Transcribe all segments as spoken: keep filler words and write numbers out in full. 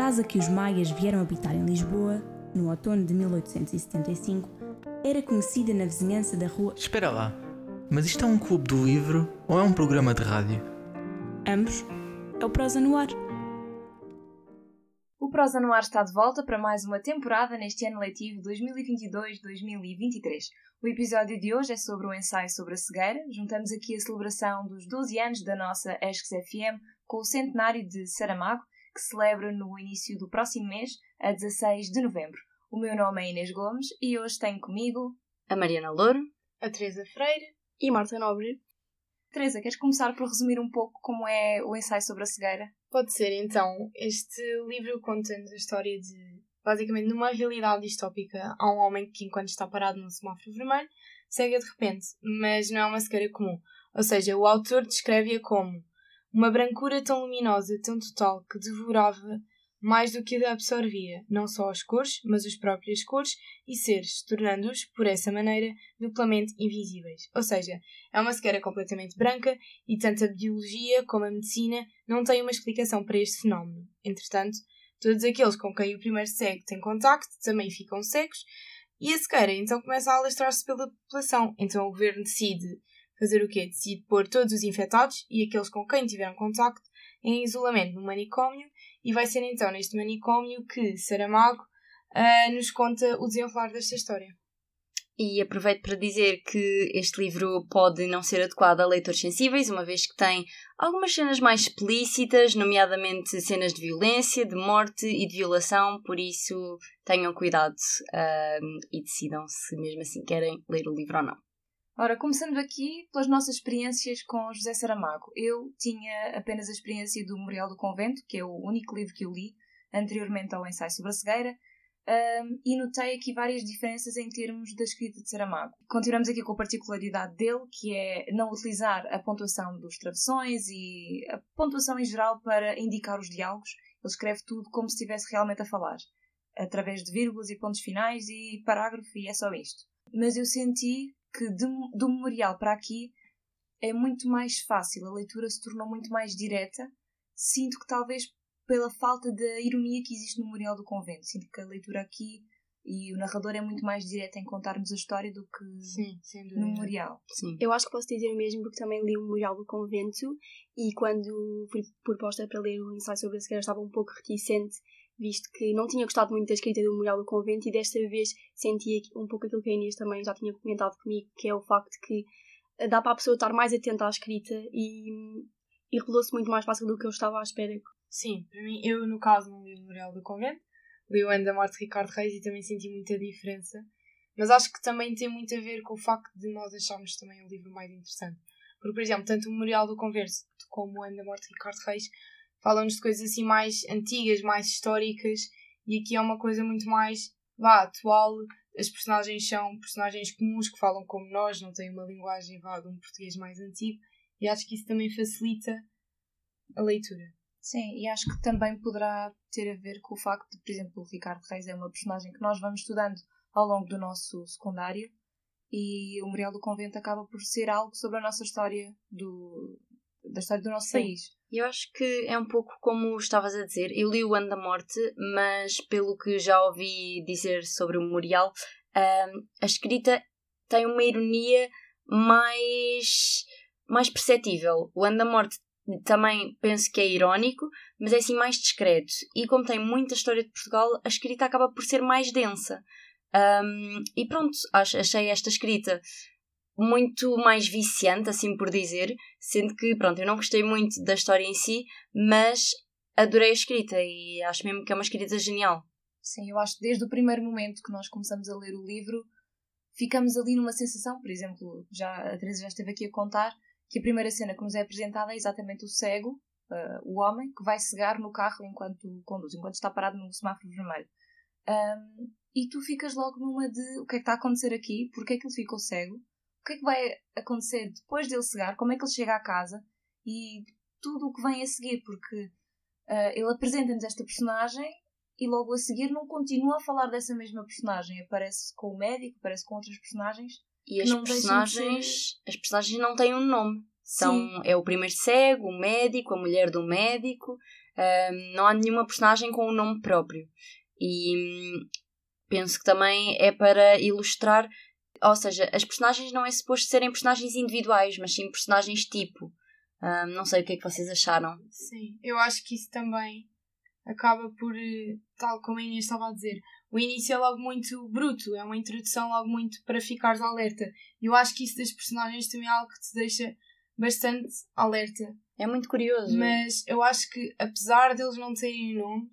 casa que os maias vieram habitar em Lisboa, no outono de mil oitocentos e setenta e cinco, era conhecida na vizinhança da rua... Espera lá, mas isto é um clube do livro ou é um programa de rádio? Ambos. É o Prosa no Ar. O Prosa no Ar está de volta para mais uma temporada neste ano letivo dois mil e vinte e dois dois mil e vinte e três. O episódio de hoje é sobre o ensaio sobre a cegueira. Juntamos aqui a celebração dos doze anos da nossa E S C S F M com o centenário de Saramago, que se celebra no início do próximo mês, a dezasseis de novembro. O meu nome é Inês Gomes e hoje tenho comigo a Mariana Louro, a Teresa Freire e Marta Nobre. Teresa, queres começar por resumir um pouco como é o ensaio sobre a cegueira? Pode ser, então. Este livro conta-nos a história de, basicamente, numa realidade distópica, há um homem que, enquanto está parado num semáforo vermelho, cega de repente, mas não é uma cegueira comum. Ou seja, o autor descreve-a como uma brancura tão luminosa, tão total, que devorava mais do que a absorvia, não só as cores, mas as próprias cores e seres, tornando-os, por essa maneira, duplamente invisíveis. Ou seja, é uma cegueira completamente branca e tanto a biologia como a medicina não têm uma explicação para este fenómeno. Entretanto, todos aqueles com quem o primeiro cego tem contacto também ficam cegos e a cegueira então começa a alastrar-se pela população. Então o governo decide fazer o quê? Decide pôr todos os infectados e aqueles com quem tiveram contacto em isolamento no manicômio. E vai ser então neste manicômio que Saramago uh, nos conta o desenrolar desta história. E aproveito para dizer que este livro pode não ser adequado a leitores sensíveis, uma vez que tem algumas cenas mais explícitas, nomeadamente cenas de violência, de morte e de violação, por isso tenham cuidado uh, e decidam se mesmo assim querem ler o livro ou não. Ora, começando aqui pelas nossas experiências com José Saramago. Eu tinha apenas a experiência do Memorial do Convento, que é o único livro que eu li anteriormente ao ensaio sobre a cegueira, um, e notei aqui várias diferenças em termos da escrita de Saramago. Continuamos aqui com a particularidade dele, que é não utilizar a pontuação dos travessões e a pontuação em geral para indicar os diálogos. Ele escreve tudo como se estivesse realmente a falar, através de vírgulas e pontos finais e parágrafo, e é só isto. Mas eu senti que de, do memorial para aqui é muito mais fácil, a leitura se tornou muito mais direta. Sinto que talvez pela falta da ironia que existe no Memorial do Convento. Sinto que a leitura aqui e o narrador é muito mais direto em contar-nos a história do que Sim, sem dúvida. no Memorial. Sim. Eu acho que posso dizer o mesmo porque também li o Memorial do Convento e quando fui proposta para ler o ensaio sobre a cegueira estava um pouco reticente, visto que não tinha gostado muito da escrita do Memorial do Convento e desta vez senti um pouco aquilo que a Inês também já tinha comentado comigo, que é o facto de que dá para a pessoa estar mais atenta à escrita e, e revelou-se muito mais fácil do que eu estava à espera. Sim, para mim, eu no caso não li o Memorial do Convento, li o Ano da Morte de Ricardo Reis e também senti muita diferença, mas acho que também tem muito a ver com o facto de nós acharmos também o livro mais interessante. Porque, por exemplo, tanto o Memorial do Convento como o Ano da Morte de Ricardo Reis falam-nos de coisas assim mais antigas, mais históricas, e aqui é uma coisa muito mais, vá, atual. As personagens são personagens comuns que falam como nós, não têm uma linguagem, vá, de um português mais antigo, e acho que isso também facilita a leitura. Sim, e acho que também poderá ter a ver com o facto de, por exemplo, o Ricardo Reis é uma personagem que nós vamos estudando ao longo do nosso secundário, e o Memorial do Convento acaba por ser algo sobre a nossa história, do, da história do nosso Sim. país. Eu acho que é um pouco como estavas a dizer. Eu li o Ano da Morte, mas pelo que já ouvi dizer sobre o Memorial, um, a escrita tem uma ironia mais, mais perceptível. O Ano da Morte também penso que é irónico, mas é assim mais discreto. E como tem muita história de Portugal, a escrita acaba por ser mais densa. Um, e pronto, achei esta escrita muito mais viciante, assim por dizer, sendo que, pronto, eu não gostei muito da história em si, mas adorei a escrita e acho mesmo que é uma escrita genial. Sim, eu acho que desde o primeiro momento que nós começamos a ler o livro, ficamos ali numa sensação, por exemplo, já, a Teresa já esteve aqui a contar, que a primeira cena que nos é apresentada é exatamente o cego, uh, o homem, que vai cegar no carro enquanto conduz, enquanto está parado no semáforo vermelho. Um, e tu ficas logo numa de o que é que está a acontecer aqui, porque é que ele ficou cego, o que é que vai acontecer depois dele cegar, como é que ele chega à casa e tudo o que vem a seguir, porque uh, ele apresenta-nos esta personagem e logo a seguir não continua a falar dessa mesma personagem, aparece com o médico, aparece com outras personagens. E as não personagens, ser... as personagens não têm um nome. São, é o primeiro cego, o médico, a mulher do médico. Um, não há nenhuma personagem com um nome próprio. E hum, penso que também é para ilustrar, ou seja, as personagens não é suposto serem personagens individuais, mas sim personagens tipo. Um, não sei o que é que vocês acharam. Sim, eu acho que isso também acaba por, tal como a Inês estava a dizer, o início é logo muito bruto, é uma introdução logo muito para ficares alerta. E eu acho que isso das personagens também é algo que te deixa bastante alerta. É muito curioso. Mas eu acho que, apesar deles não terem nomes,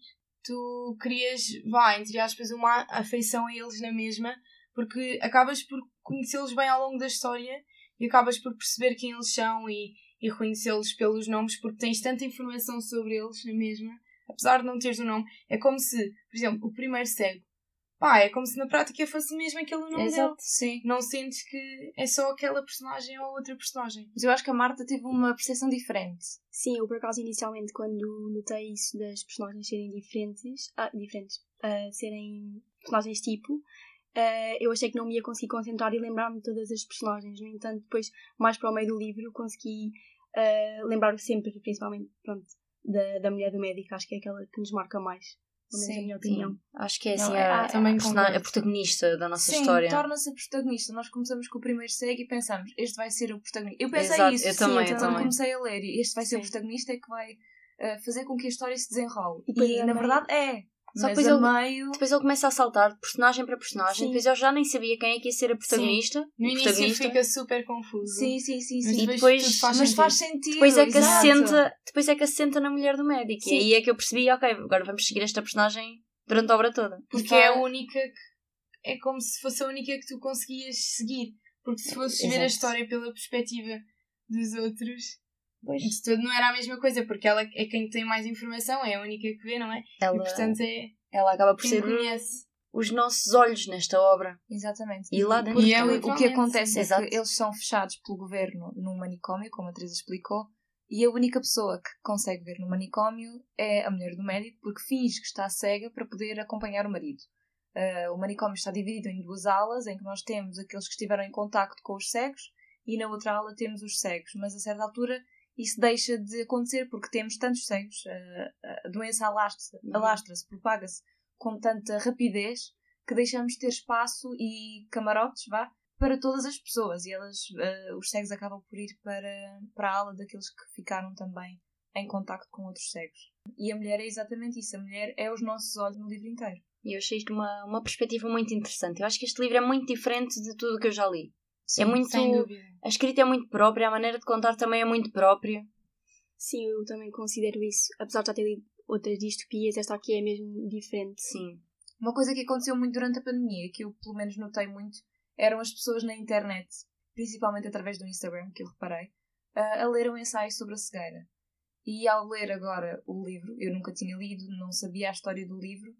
tu crias, vá, entre aspas, uma afeição a eles na mesma, porque acabas por conhecê-los bem ao longo da história e acabas por perceber quem eles são e, e reconhecê-los pelos nomes, porque tens tanta informação sobre eles na mesma, apesar de não teres o nome. É como se, por exemplo, o primeiro cego, pá, é como se na prática fosse mesmo aquele o nome Exato, dele. sim. Não sentes que é só aquela personagem ou outra personagem. Mas eu acho que a Marta teve uma percepção diferente. Sim, eu por acaso inicialmente quando notei isso das personagens serem diferentes, ah, diferentes, uh, serem personagens tipo, uh, eu achei que não me ia conseguir concentrar e lembrar-me de todas as personagens. No entanto, depois, mais para o meio do livro, consegui uh, lembrar-me sempre, principalmente, pronto, da, da mulher do médico. Acho que é aquela que nos marca mais. Pelo menos a minha opinião. Sim, acho que é assim Não, a, é- também a, persona- concordo. a protagonista da nossa Sim, história. torna-se a protagonista. Nós começamos com o primeiro cego e pensamos, este vai ser o protagonista. Eu pensei Exato, isso, eu sim, também, eu quando também. comecei a ler. E este vai ser o Sim. protagonista, é que vai uh, fazer com que a história se desenrole. E depois E, na também- verdade é. Só Mas depois a ele- meio... Depois ele começa a saltar de personagem para personagem. Sim. Depois eu já nem sabia quem é que ia ser a protagonista. No o início protagonista. fica super confuso. Sim, sim, sim, Mas sim. E depois, depois- tudo faz Mas sentido. faz sentido. Depois é que exato. assenta, depois é que assenta na mulher do médico. Sim. E aí é que eu percebi, ok, agora vamos seguir esta personagem durante a obra toda. Porque é a única que... É como se fosse a única que tu conseguias seguir. Porque se fosses ver a Exato. história pela perspectiva dos outros, Pois. de todo não era a mesma coisa. Porque ela é quem tem mais informação, é a única que vê, não é? Ela, E portanto é ela acaba por quem ser conhece. os nossos olhos nesta obra. Exatamente. E lá dentro E é também. O que literalmente, acontece sim. é Exato. que eles são fechados pelo governo num manicômio, como a Teresa explicou, e a única pessoa que consegue ver no manicômio é a mulher do médico, porque finge que está cega para poder acompanhar o marido. Uh, o manicômio está dividido em duas alas, em que nós temos aqueles que estiveram em contacto com os cegos e na outra ala temos os cegos. Mas a certa altura isso deixa de acontecer porque temos tantos cegos, uh, a doença alastra- Uhum. alastra-se, propaga-se com tanta rapidez que deixamos de ter espaço e camarotes, vá, para todas as pessoas. E elas, uh, os cegos acabam por ir para, para a ala daqueles que ficaram também em contacto com outros cegos. E a mulher é exatamente isso. A mulher é os nossos olhos no livro inteiro. E eu achei isto uma, uma perspectiva muito interessante. Eu acho que este livro é muito diferente de tudo o que eu já li. Sim, é muito, Sem dúvida. a escrita é muito própria, a maneira de contar também é muito própria. Sim, eu também considero isso. Apesar de já ter lido outras distopias, esta aqui é mesmo diferente. Sim. Uma coisa que aconteceu muito durante a pandemia, que eu pelo menos notei muito, eram as pessoas na internet, principalmente através do Instagram, que eu reparei, a, a ler um ensaio sobre a cegueira. E ao ler agora o livro, eu nunca tinha lido, não sabia a história do livro,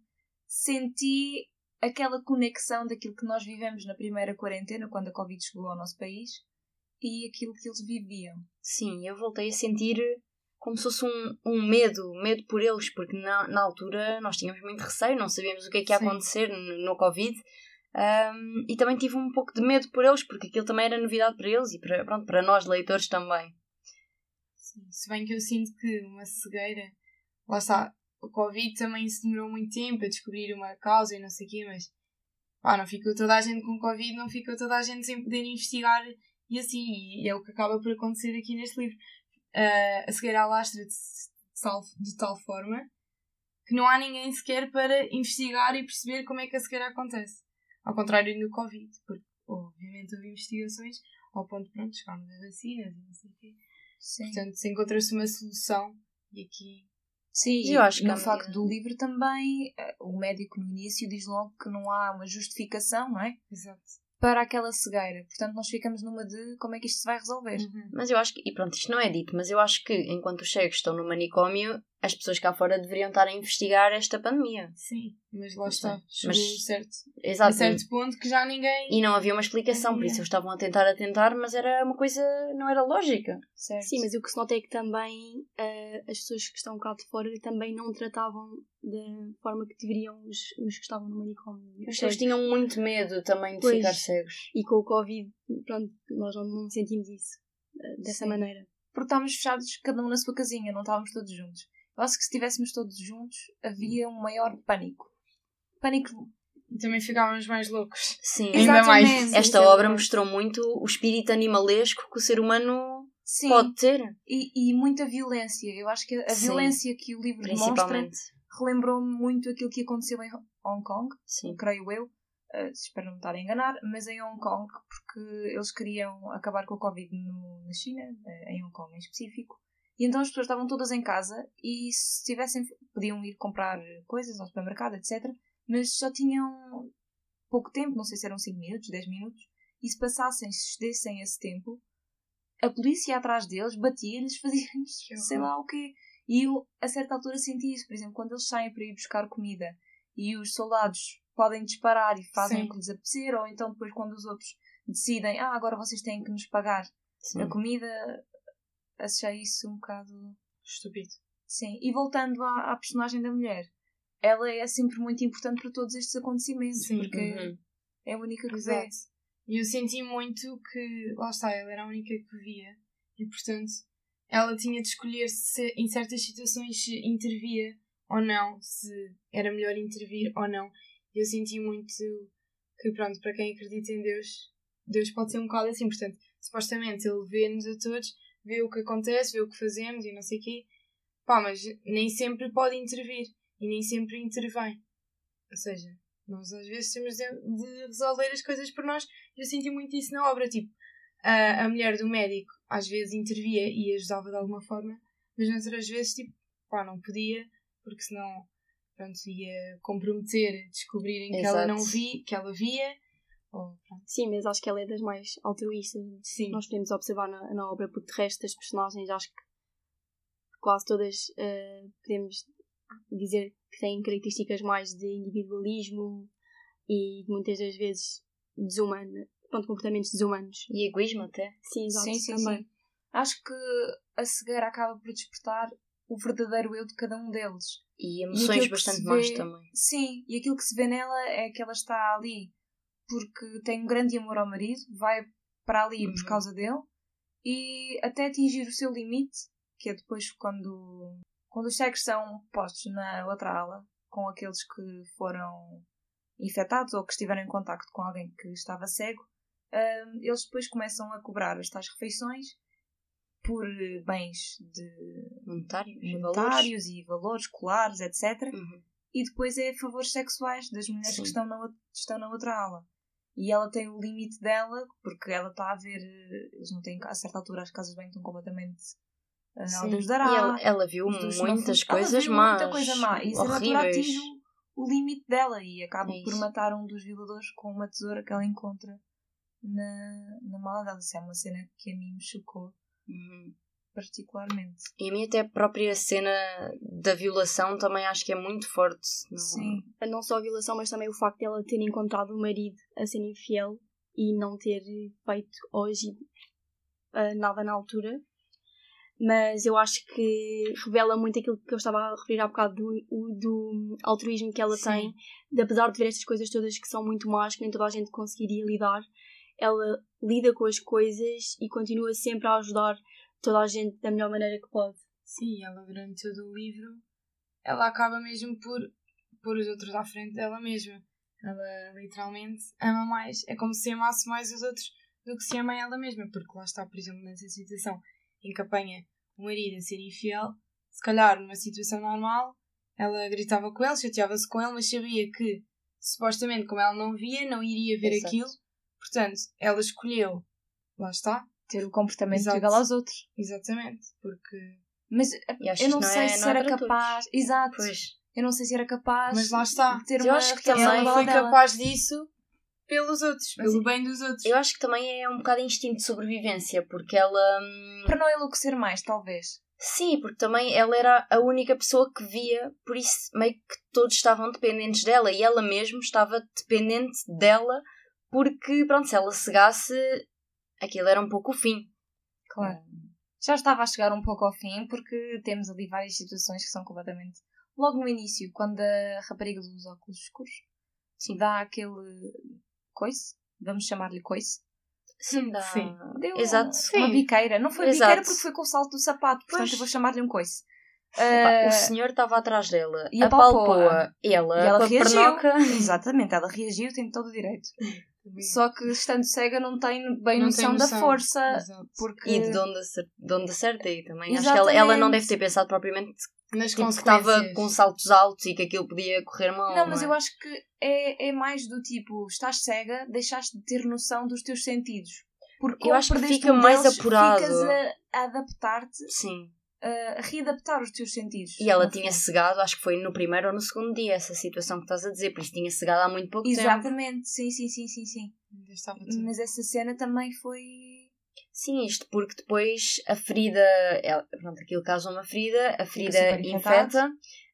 senti aquela conexão daquilo que nós vivemos na primeira quarentena, quando a Covid chegou ao nosso país, e aquilo que eles viviam. Sim, eu voltei a sentir como se fosse um, um medo, medo por eles, porque na, na altura nós tínhamos muito receio, não sabíamos o que é que ia Sim. acontecer no, no Covid. Um, e também tive um pouco de medo por eles, porque aquilo também era novidade para eles e para, pronto, para nós leitores também. Sim. Se bem que eu sinto que uma cegueira, lá está, o Covid também se demorou muito tempo a descobrir uma causa e não sei o quê, mas pá, não ficou toda a gente com Covid, não ficou toda a gente sem poder investigar e assim, e é o que acaba por acontecer aqui neste livro. Uh, a cegueira alastra de, de, tal, de tal forma que não há ninguém sequer para investigar e perceber como é que a cegueira acontece. Ao contrário do Covid, porque obviamente houve investigações ao ponto de, pronto, chegarmos a vacinas e não sei o quê. Sim. Portanto, se encontra-se uma solução e aqui... Sim, Eu e acho que no à facto medida- do livro também, eh, o médico no início diz logo que não há uma justificação, não é? Exato. Para aquela cegueira. Portanto, nós ficamos numa de como é que isto se vai resolver. Uhum. Mas eu acho que, e pronto, isto não é dito, mas eu acho que enquanto os cegos estão no manicômio, as pessoas cá fora deveriam estar a investigar esta pandemia. Sim, mas lá está. Chegou Mas- certo, a Exato. certo ponto que já ninguém... E não havia uma explicação, por isso eles estavam a tentar a tentar, mas era uma coisa, não era lógica. Certo? Sim, mas o que se nota é que também uh, as pessoas que estão cá de fora também não tratavam da forma que deveriam os, os que estavam no manicômio. As pessoas tinham muito medo também de Pois. ficar cegos. E com o Covid, pronto, nós não, não sentimos isso uh, dessa Sim. maneira. Porque estávamos fechados, cada um na sua casinha, não estávamos todos juntos. Eu acho que se estivéssemos todos juntos, havia um maior pânico. Pânico... E também ficávamos mais loucos. Sim, ainda mais. Exatamente. Esta Sim, obra sim. mostrou muito o espírito animalesco que o ser humano Sim. pode ter. E, e muita violência. Eu acho que a Sim. violência que o livro demonstra Principalmente. relembrou-me muito aquilo que aconteceu em Hong Kong, Sim. creio eu. Uh, espero não me estar a enganar, mas em Hong Kong, porque eles queriam acabar com a Covid no, na China, uh, em Hong Kong em específico. E então as pessoas estavam todas em casa e se tivessem, podiam ir comprar coisas ao supermercado, etcétera. Mas só tinham pouco tempo, não sei se eram cinco minutos, dez minutos, e se passassem, se excedessem esse tempo, a polícia atrás deles batia-lhes, fazia-lhes sei lá o quê. E eu, a certa altura, senti isso. Por exemplo, quando eles saem para ir buscar comida e os soldados podem disparar e fazem Sim. o que lhes apetecer, ou então depois quando os outros decidem, ah, agora vocês têm que nos pagar Sim. a comida, achei isso um bocado... Estúpido. Sim. E voltando à, à personagem da mulher, ela é sempre muito importante para todos estes acontecimentos, Sim. porque Uhum. é a única que vê. Exato. E eu senti muito que, lá está, ela era a única que via e, portanto, ela tinha de escolher se em certas situações se intervia ou não, se era melhor intervir ou não. E eu senti muito que, pronto, para quem acredita em Deus, Deus pode ser um bocado assim. Portanto, supostamente ele vê-nos a todos, vê o que acontece, vê o que fazemos e não sei o quê. Pá, mas nem sempre pode intervir e nem sempre intervém. Ou seja, nós às vezes temos de, de resolver as coisas por nós. Eu senti muito isso na obra. Tipo, a, a mulher do médico às vezes intervia e ajudava de alguma forma, mas outras vezes, tipo, pá, não podia, porque senão, pronto, ia comprometer, descobrirem que Exato. ela não vi, que ela via. Ou, pronto. Sim, mas acho que ela é das mais altruístas. Sim. Nós podemos observar na, na obra, porque de resto das personagens acho que quase todas uh, podemos dizer que têm características mais de individualismo e muitas das vezes desumano, pronto, comportamentos desumanos. E egoísmo até. Sim, exato, Sim, sim, também. sim. Acho que a cegueira acaba por despertar o verdadeiro eu de cada um deles. E E emoções aquilo que bastante se más vê- também. Sim, e aquilo que se vê nela é que ela está ali porque tem um grande amor ao marido, vai para ali Uhum. por causa dele e até atingir o seu limite, que é depois quando, quando os cegos são postos na outra ala, com aqueles que foram infectados ou que estiveram em contacto com alguém que estava cego, hum, eles depois começam a cobrar as tais refeições por bens de Monetários. valores. monetários e valores, colares, etcétera. Uhum. E depois é favores sexuais das mulheres Sim. que estão na, outra, estão na outra ala. E ela tem o limite dela, porque ela está a ver... eh, Eles não têm... A certa altura as casas de banho estão completamente... Uh, Sim. ao Deus E dará. ela, ela viu os dois muitas xenófobos. coisas ela viu más. muita coisa má. E a certa altura horríveis. atinge o, o limite dela. E acaba É por isso. matar um dos violadores com uma tesoura que ela encontra na, na mala dela. Isso é uma cena que a mim me chocou Uhum. particularmente. E a mim até a própria cena da violação também acho que é muito forte. Não... Sim. Não só a violação, mas também o facto de ela ter encontrado o marido a ser infiel e não ter feito hoje uh, nada na altura. Mas eu acho que revela muito aquilo que eu estava a referir há bocado do, o- do altruísmo que ela Sim. tem, de apesar de ver estas coisas todas que são muito más, que nem toda a gente conseguiria lidar, ela lida com as coisas e continua sempre a ajudar toda a gente da melhor maneira que pode. Sim, ela durante todo o livro, ela acaba mesmo por pôr os outros à frente dela mesma. Ela literalmente ama mais. É como se amasse mais os outros do que se ama ela mesma. Porque lá está, por exemplo, nessa situação em que apanha o marido a ser infiel, se calhar numa situação normal, ela gritava com ele, chateava-se com ele, mas sabia que, supostamente, como ela não via, não iria ver Exato. aquilo. Portanto, ela escolheu, lá está, Ter o comportamento Exato. igual aos outros. exatamente, porque... Mas E acho eu não, que não sei é- se não é era para todos. capaz... Exato. Pois. Eu não sei se era capaz Mas lá está. de ter Eu uma acho que reação também Ela igual foi à dela. capaz disso pelos outros, Mas pelo e- bem dos outros. Eu acho que também é um bocado instinto de sobrevivência, porque ela... hum, Para não enlouquecer mais, talvez. Sim, porque também ela era a única pessoa que via, por isso meio que todos estavam dependentes dela e ela mesma estava dependente dela porque, pronto, se ela cegasse, aquilo era um pouco o fim. Claro. Já estava a chegar um pouco ao fim, porque temos ali várias situações que são completamente... Logo no início, quando a rapariga dos óculos escuros Sim. dá aquele coice, vamos chamar-lhe coice, Sim, dá... Sim. deu Exato. uma Sim. biqueira. Não foi Exato. biqueira porque foi com o salto do sapato, portanto Pois. eu vou chamar-lhe um coice. Uh, o senhor estava atrás dela, e apalpou-a, ela, e ela com a reagiu. pernoca. Exatamente, ela reagiu, tem todo o direito. Só que estando cega não tem bem Não noção, tem da noção. força. Exato. Porque... E de onde, acer- de onde acerta aí também. Acho que ela, ela não deve ter pensado propriamente Nas tipo, que consequências. estava com saltos altos e que aquilo podia correr mal. Não, mas é? eu acho que é, é mais do tipo, estás cega, deixaste de ter noção dos teus sentidos. Porque Eu acho que perdeste fica um mais deles, apurado. ficas a, a adaptar-te, Sim. a readaptar os teus sentidos. E ela no tinha fundo. cegado, acho que foi no primeiro ou no segundo dia, essa situação que estás a dizer, por isso tinha cegado há muito pouco tempo. Exatamente, sim, sim, sim, sim, sim. Ainda estava tudo. Mas essa cena também foi... Sim, isto porque depois a ferida, ela, pronto, aquilo causa uma ferida, a ferida super infectado. infeta,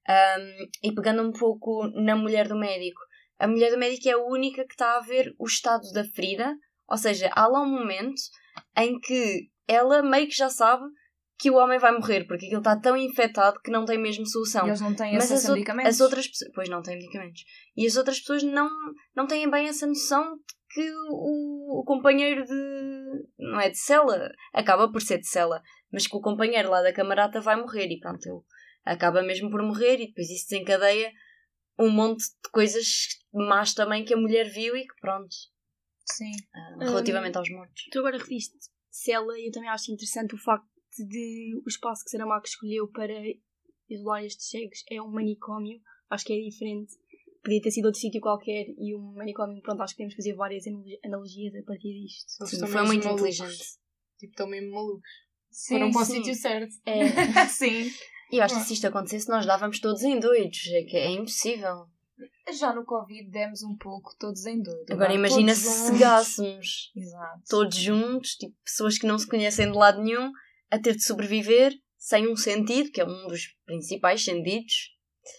um, e pegando um pouco na mulher do médico, a mulher do médico é a única que está a ver o estado da ferida, ou seja, há lá um momento em que ela meio que já sabe que o homem vai morrer, porque aquilo está tão infectado que não tem mesmo solução. Eles não têm Mas acesso as, a o- medicamentos. as outras pessoas, pois não têm medicamentos, e as outras pessoas não, não têm bem essa noção de que o, o companheiro de, não é de cela, acaba por ser de cela, mas que o companheiro lá da camarata vai morrer e pronto, ele acaba mesmo por morrer e depois isso desencadeia um monte de coisas más também que a mulher viu e que pronto, Sim. ah, relativamente aos mortos. Tu agora referiste cela e eu também acho interessante o facto de o espaço que Saramago escolheu para isolar estes cegos é um manicômio. Acho que é diferente. Podia ter sido outro sítio qualquer e um manicômio, pronto, acho que podemos fazer várias analogi- analogias a partir disto. Eles Sim, estão foi mesmo muito malucos. inteligente. Tipo, estão mesmo malucos. Sim, Foram para o sim. sítio certo. É, Sim. E eu acho que se isto acontecesse nós dávamos todos em doidos, é que é impossível. Já no Covid demos um pouco todos em doido. Agora imagina todos se juntos. cegássemos Exato. todos juntos, tipo pessoas que não se conhecem de lado nenhum, a ter de sobreviver sem um sentido, que é um dos principais sentidos.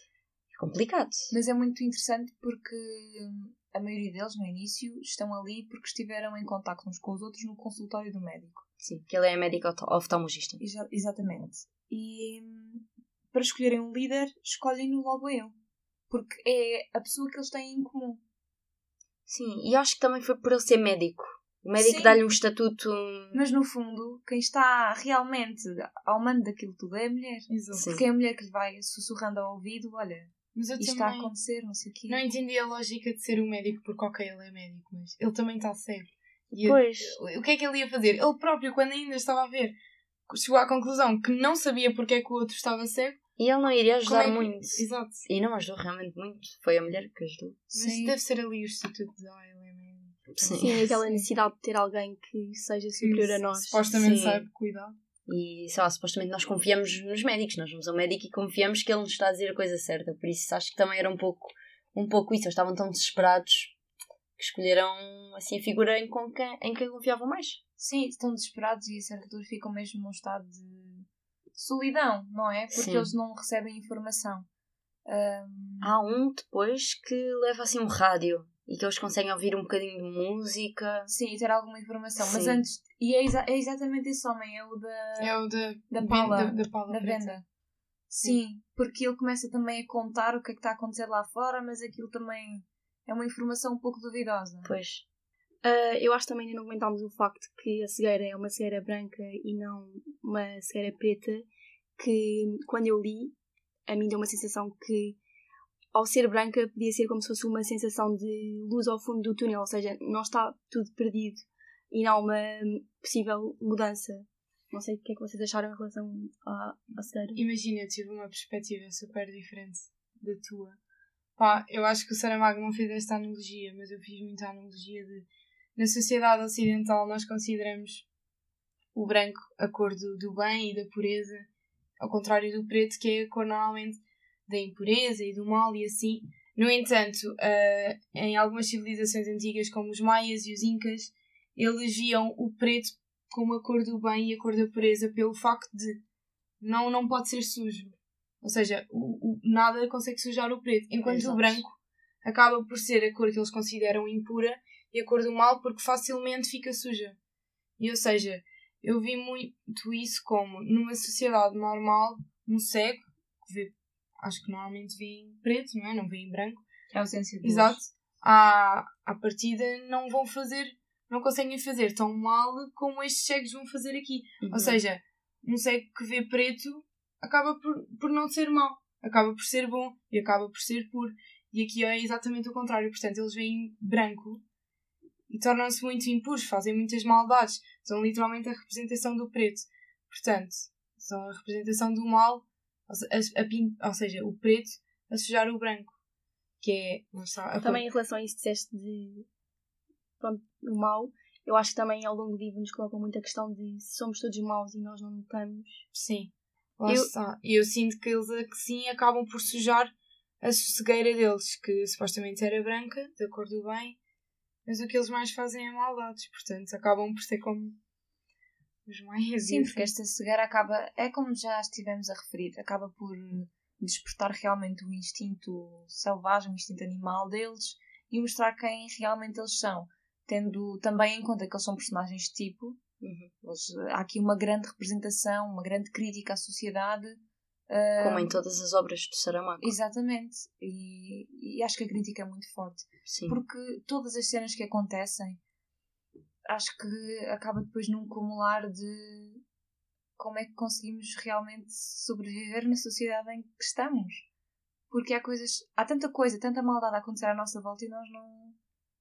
É complicado. Mas é muito interessante porque hum, a maioria deles, no início, estão ali porque estiveram em contacto uns com os outros no consultório do médico. Sim, que ele é médico ofta- oftalmologista. Exa- exatamente. E hum, para escolherem um líder, escolhem-no logo ele. Porque é a pessoa que eles têm em comum. Sim, e acho que também foi por ele ser médico. O médico Sim. dá-lhe um estatuto... Mas no fundo, quem está realmente ao mando daquilo tudo é a mulher. Exato. Sim. Porque é a mulher que lhe vai sussurrando ao ouvido: olha, Mas eu isto está a também acontecer, não sei o quê. não entendi a lógica de ser um médico, porque ok, ele é médico, mas ele também está cego. E eu- Pois. o que é que ele ia fazer? Ele próprio, quando ainda estava a ver, chegou à conclusão que não sabia porque é que o outro estava cego. E ele não iria ajudar Como é que- muito. Exato. E não ajudou realmente muito. Foi a mulher que ajudou. Mas Sim. deve ser ali o estatuto de ah, ele é médico. Sim. sim, aquela necessidade de ter alguém que seja superior a nós. Supostamente Sim. sabe cuidar. E, sei lá, supostamente nós confiamos nos médicos. Nós vamos ao médico e confiamos que ele nos está a dizer a coisa certa. Por isso acho que também era um pouco, um pouco isso. Eles estavam tão desesperados que escolheram, assim, a figura em, com quem, em quem confiavam mais. Sim, estão desesperados e a certa altura ficam mesmo num estado de solidão, não é? Porque Sim. eles não recebem informação. Ahm, Há um depois que leva, assim, um rádio e que eles conseguem ouvir um bocadinho de música. sim, ter alguma informação. Mas Sim. antes. E é, exa- é exatamente esse homem, é o da, É o da, da ven- pala. Da, da pala da preta. venda. Sim, porque ele começa também a contar o que é que está a acontecer lá fora, mas aquilo também é uma informação um pouco duvidosa. Pois. Ah, eu acho que também ainda não comentámos o facto que a cegueira é uma cegueira branca e não uma cegueira preta, que quando eu li, a mim deu uma sensação que, ao ser branca, podia ser como se fosse uma sensação de luz ao fundo do túnel, ou seja, não está tudo perdido e não há uma possível mudança. Não sei o que é que vocês acharam em relação à, à cegueira. Imagina, eu tive uma perspectiva super diferente da tua. Pá, eu acho que o Saramago não fez esta analogia, mas eu fiz muita analogia de... Na sociedade ocidental nós consideramos o branco a cor do, do bem e da pureza, ao contrário do preto, que é a cor normalmente da impureza e do mal e assim. No entanto, uh, em algumas civilizações antigas, como os maias e os incas, eles viam o preto como a cor do bem e a cor da pureza pelo facto de não, não pode ser sujo. Ou seja, o, o, nada consegue sujar o preto. Enquanto Exato. o branco acaba por ser a cor que eles consideram impura e a cor do mal porque facilmente fica suja. E ou seja, eu vi muito isso como numa sociedade normal, um cego, que vê, acho que normalmente vê em preto, não é? Não vê em branco. É a ausência de luz. Exato. À, à partida não vão fazer, não conseguem fazer tão mal como estes cegos vão fazer aqui. Uhum. Ou seja, um cego que vê preto acaba por, por não ser mau. Acaba por ser bom e acaba por ser puro. E aqui é exatamente o contrário. Portanto, eles veem branco e tornam-se muito impuros, fazem muitas maldades. São literalmente a representação do preto. Portanto, são a representação do mal, a, a, ou seja, o preto a sujar o branco. Que é... Não está, a também cor... em relação a isso que disseste de... Pronto, o mal, eu acho que também ao longo do livro nos colocam muita questão de se somos todos maus e nós não notamos. Sim, lá eu... está. E eu sinto que eles, que sim, acabam por sujar a cegueira deles, que supostamente era branca, da cor do bem, mas o que eles mais fazem é maldades, portanto acabam por ser como os mais... Sim, porque esta cegueira acaba, é como já estivemos a referir, acaba por despertar realmente o instinto selvagem, o instinto animal deles e mostrar quem realmente eles são, tendo também em conta que eles são personagens de tipo. Uhum. Eles, há aqui uma grande representação, uma grande crítica à sociedade. Como uh, em todas as obras de Saramago. Exatamente. E, e acho que a crítica é muito forte. Sim. Porque todas as cenas que acontecem, acho que acaba depois num acumular de como é que conseguimos realmente sobreviver na sociedade em que estamos. Porque há coisas, há tanta coisa, tanta maldade a acontecer à nossa volta e nós não,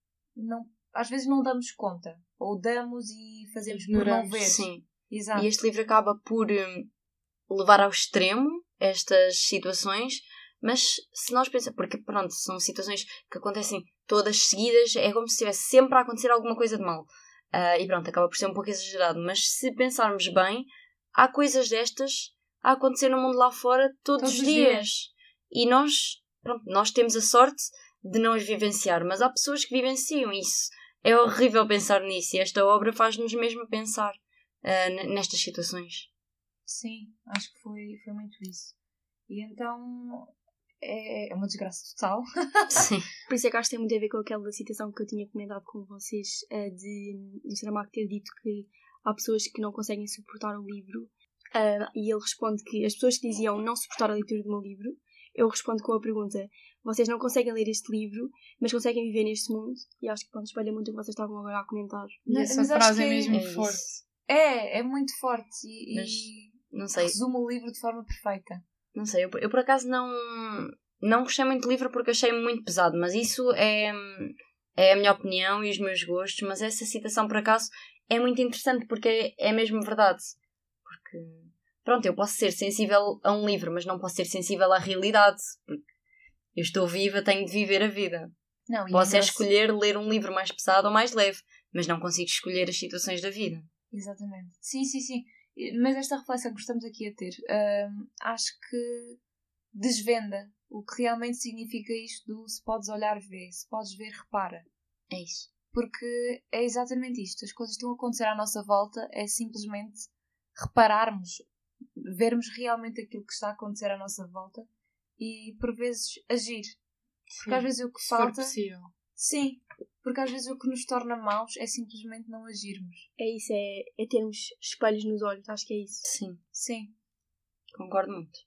não às vezes não damos conta. Ou damos e fazemos Ignoramos. por não ver. Sim. Exato. E este livro acaba por um, levar ao extremo estas situações, mas se nós pensamos, porque pronto, são situações que acontecem todas seguidas, é como se estivesse sempre a acontecer alguma coisa de mal. Uh, e pronto, acaba por ser um pouco exagerado, mas se pensarmos bem, há coisas destas a acontecer no mundo lá fora todos, todos os dias. dias. E nós, pronto, nós temos a sorte de não as vivenciar, mas há pessoas que vivenciam isso. É horrível pensar nisso e esta obra faz-nos mesmo pensar uh, nestas situações. Sim, acho que foi, foi muito isso. E então é, é uma desgraça total. Sim. Por isso é que acho que tem muito a ver com aquela citação que eu tinha comentado com vocês, uh, de, de Saramago ter dito que há pessoas que não conseguem suportar o livro, uh, e ele responde que as pessoas que diziam não suportar a leitura do meu livro, eu respondo com a pergunta: vocês não conseguem ler este livro, mas conseguem viver neste mundo? E acho que pronto, espelha muito o que vocês estavam agora a comentar. E essa frase é mesmo é forte. Isso. É, é muito forte e, mas, e não sei. resume o livro de forma perfeita. Não sei, eu, eu por acaso não, não gostei muito do livro porque achei muito pesado, mas isso é, é a minha opinião e os meus gostos, mas essa citação por acaso é muito interessante porque é, é mesmo verdade. Porque, pronto, eu posso ser sensível a um livro, mas não posso ser sensível à realidade, porque eu estou viva, tenho de viver a vida. Não, posso é escolher ler um livro mais pesado ou mais leve, mas não consigo escolher as situações da vida. Exatamente. Sim, sim, sim. Mas esta reflexão que estamos aqui a ter, hum, acho que desvenda o que realmente significa isto do se podes olhar, vê. Se podes ver, repara. É isso. Porque é exatamente isto. As coisas estão a acontecer à nossa volta, é simplesmente repararmos, vermos realmente aquilo que está a acontecer à nossa volta e, por vezes, agir. Porque Sim, às vezes o que se falta... for possível. Sim, porque às vezes o que nos torna maus é simplesmente não agirmos. É isso, é, é termos espelhos nos olhos, acho que é isso. Sim. Sim. Concordo muito.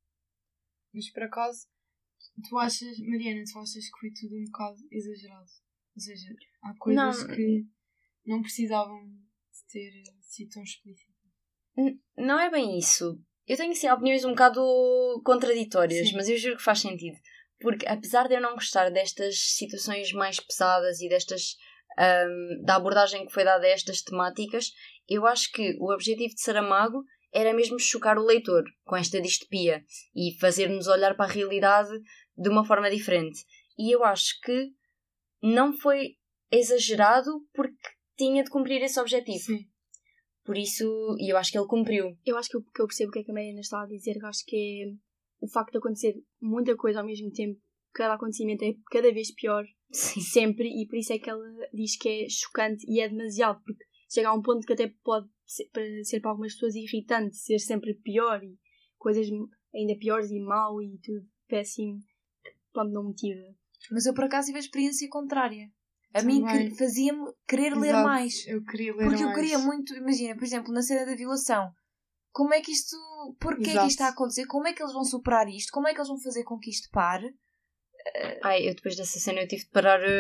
Mas por acaso, tu achas, Mariana, tu achas que foi tudo um bocado exagerado? Ou seja, há coisas não, que não precisavam de ter sido tão explícitas. N- não é bem isso. Eu tenho assim, opiniões um bocado contraditórias, Sim. mas eu juro que faz sentido. Porque apesar de eu não gostar destas situações mais pesadas e destas um, da abordagem que foi dada a estas temáticas, eu acho que o objetivo de Saramago era mesmo chocar o leitor com esta distopia e fazer-nos olhar para a realidade de uma forma diferente. E eu acho que não foi exagerado porque tinha de cumprir esse objetivo. Sim. Por isso, e eu acho que ele cumpriu. Eu acho que eu, que eu percebo o que é que a Mariana está a dizer, que acho que é o facto de acontecer muita coisa ao mesmo tempo, cada acontecimento é cada vez pior, Sim. sempre, e por isso é que ela diz que é chocante e é demasiado, porque chega a um ponto que até pode ser para, ser para algumas pessoas irritante, ser sempre pior e coisas ainda piores e mau e tudo péssimo, quando não motiva. Mas eu por acaso tive a experiência contrária. A Também. mim fazia-me querer Exato. ler mais. Eu queria ler porque mais. eu queria muito, imagina, por exemplo, na cena da violação. Como é que isto... Porquê é Exato. que isto está a acontecer? Como é que eles vão superar isto? Como é que eles vão fazer com que isto pare? Ai, eu depois dessa cena eu tive de parar uh,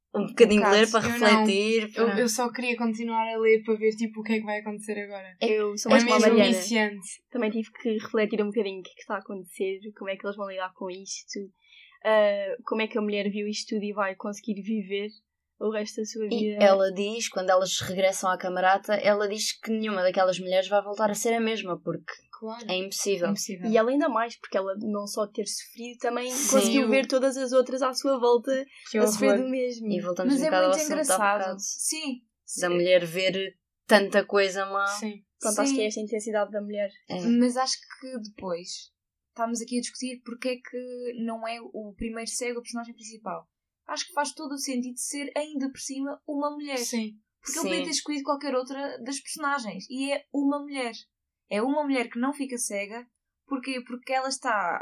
um bocadinho Um de ler bocado. para Eu não. refletir. Eu, para- eu só queria continuar a ler para ver tipo o que é que vai acontecer agora. Eu sou É mais como a mesmo Mariana. viciante. Também tive que refletir um bocadinho o que é que está a acontecer, como é que eles vão lidar com isto, ah, como é que a mulher viu isto tudo e vai conseguir viver o resto da sua E vida. ela diz, quando elas regressam à camarata, ela diz que nenhuma daquelas mulheres vai voltar a ser a mesma, porque Claro. é impossível. Impossível. E ela ainda mais, porque ela não só ter sofrido, também Sim. conseguiu ver todas as outras à sua volta Que a sofrer do horror. mesmo. E voltamos Mas um é bocado ao muito assunto há engraçado. bocado, Sim. da sim. mulher ver tanta coisa má. Sim. Pronto, acho Sim. que é esta intensidade da mulher. É. Mas acho que depois estamos aqui a discutir porque é que não é o primeiro cego o personagem principal. Acho que faz todo o sentido ser ainda por cima uma mulher. Sim. Porque ele podia ter escolhido qualquer outra das personagens. E é uma mulher. É uma mulher que não fica cega. Porquê? Porque ela está...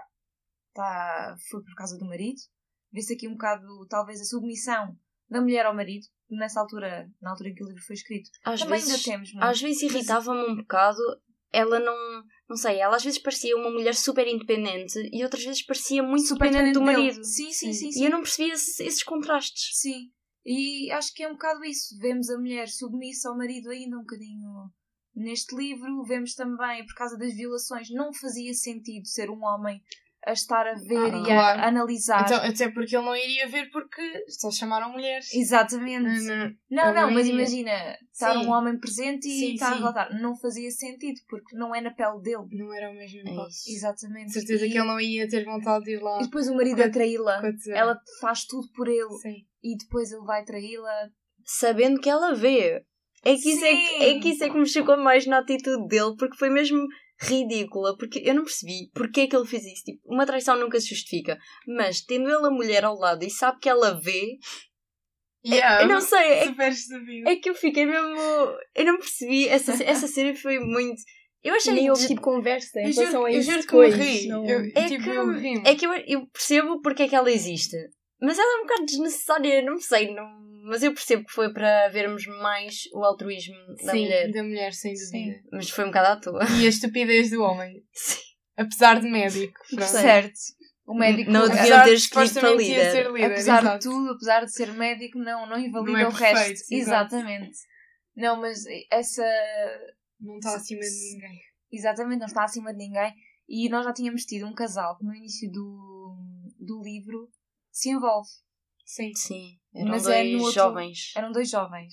está foi por causa do marido. Vê-se aqui um bocado, talvez, a submissão da mulher ao marido. Nessa altura, na altura em que o livro foi escrito. Às Também vezes, ainda temos muito. às vezes irritava-me um bocado. Ela não... Não sei, ela às vezes parecia uma mulher super independente e outras vezes parecia muito Super dependente do dele. marido. Sim, sim, sim. E sim. eu não percebia esse- esses contrastes. Sim, e acho que é um bocado isso. Vemos a mulher submissa ao marido ainda um bocadinho neste livro. Vemos também, por causa das violações, não fazia sentido ser um homem a estar a ver Ah, e claro. a analisar. Então, até porque ele não iria ver porque só chamaram mulheres. Exatamente. Não, Não, ele não, não mas iria. imagina, estar Sim. um homem presente e Sim, estar a sim. relatar. Não fazia sentido, porque não é na pele dele. não era o mesmo É impacto. isso. Exatamente. De certeza e, que ele não ia ter vontade de ir lá. e depois o marido Com a- a traí-la. com a tesoura. Ela faz tudo por ele. Sim. E depois ele vai traí-la. Sabendo que ela vê. É que, isso é, que, é que isso é que me chocou mais na atitude dele, porque foi mesmo ridícula, porque eu não percebi porque é que ele fez isso. Tipo, uma traição nunca se justifica, mas tendo ele a mulher ao lado e sabe que ela vê, Yeah, eu não sei, é, super estúpido. é que eu fiquei mesmo. Eu não percebi. Essa, essa cena foi muito. Eu achei Nem houve des- tipo conversa em Eu relação juro, a eu isso juro que me depois. ri. não- Eu, É tipo, que, eu ri. é que eu, eu percebo porque é que ela existe. Mas ela é um bocado desnecessária, não sei. Não, mas eu percebo que foi para vermos mais o altruísmo da Sim, mulher. da mulher, sem dúvida. Mas foi um bocado à toa. E a estupidez do homem. Sim. Apesar de médico. Pronto. Certo. O médico... Não Apesar deviam ter de escrito para supostamente ia líder. ser líder. apesar exato. de tudo, apesar de ser médico, não, não invalida Não é o perfeito, resto. exato. Exatamente. Não, mas essa... Não está acima de ninguém. Exatamente, não está acima de ninguém. E nós já tínhamos tido um casal que no início do, do livro se envolve. Sim. Sim, eram Mas dois é no outro- jovens. Eram dois jovens.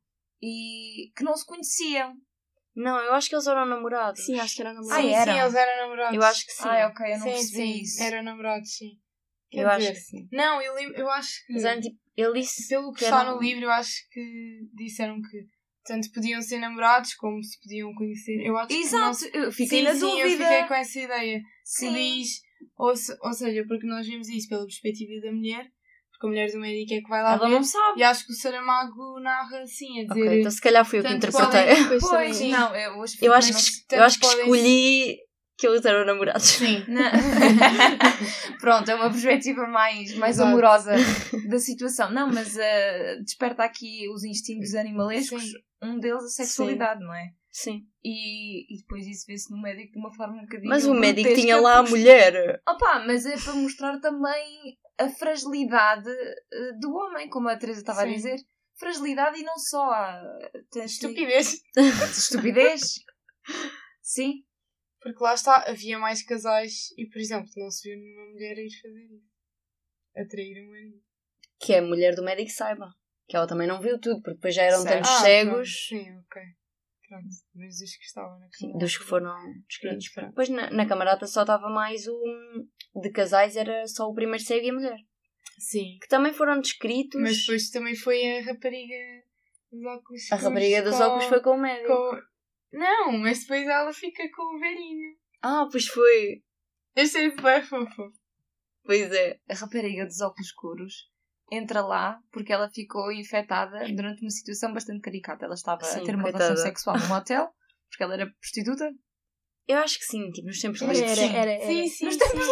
E que não se conheciam. Não, eu acho que eles eram namorados. Sim, acho que era Ah, namorado. Sim, era? sim, eles eram namorados. Eu acho que sim. Ah, ok, eu não sim, percebi sim, isso. eram namorados, sim. Quer Eu acho dizer, que sim. Não, eu, lembro, eu acho que... Mas eram tipo. Ele disse. Pelo que que está eram- no livro, eu acho que disseram que tanto podiam ser namorados como se podiam conhecer. Eu acho que não Exato, se- eu fiquei sim, na sim, dúvida. eu fiquei com essa ideia. Que Sim. diz, ou, se- ou seja, porque nós vimos isso pela perspectiva da mulher, porque a mulher do médico é que vai lá Ela ver, não sabe. e acho que o Saramago narra assim, a dizer... Ok, então se calhar fui eu que tanto interpretei. podem- Depois Pois, também- não, eu hoje Eu acho fiquei que, no- eu tanto acho que podem- escolhi que eles eram namorados. Sim. Não. Pronto, é uma perspectiva mais, mais Exato. amorosa da situação. Não, mas eh, desperta aqui os instintos animalescos. Sim. Um deles a sexualidade, não é? Sim. E, e depois isso vê-se no médico de uma forma um bocadinho Mas o médico grotesca, tinha lá a porque- mulher. Opa, mas é para mostrar também a fragilidade eh, do homem, como a Teresa estava a Sim. dizer. Fragilidade e não só a... tens- Estupidez. Estupidez. Sim. Porque lá está, havia mais casais e, por exemplo, não se viu nenhuma mulher a ir fazer isso. Atrair o marido. Que é a mulher do médico saiba. Que ela também não viu tudo, porque depois já eram Certo. tantos Ah, cegos. pronto, sim, ok. Pronto. Mas dos que estavam na Sim, cama. dos que foram descritos. Pronto, pronto. Depois na, na camarata só estava mais um. De casais era só o primeiro cego e a mulher. Sim. Que também foram descritos. Mas depois também foi a rapariga dos óculos A escuros rapariga dos com- óculos foi com o médico. com- Não, mas depois ela fica com o velhinho. Ah, pois foi. Achei isso bem fofo. Pois é. A rapariga dos óculos escuros entra lá porque ela ficou infectada durante uma situação bastante caricata. Ela estava Sim, a ter uma coitada. relação sexual num hotel, porque ela era prostituta. Eu acho que sim, tipo, nos tempos Era, livres. era, era, era. Sim, sim, Nos sim. tempos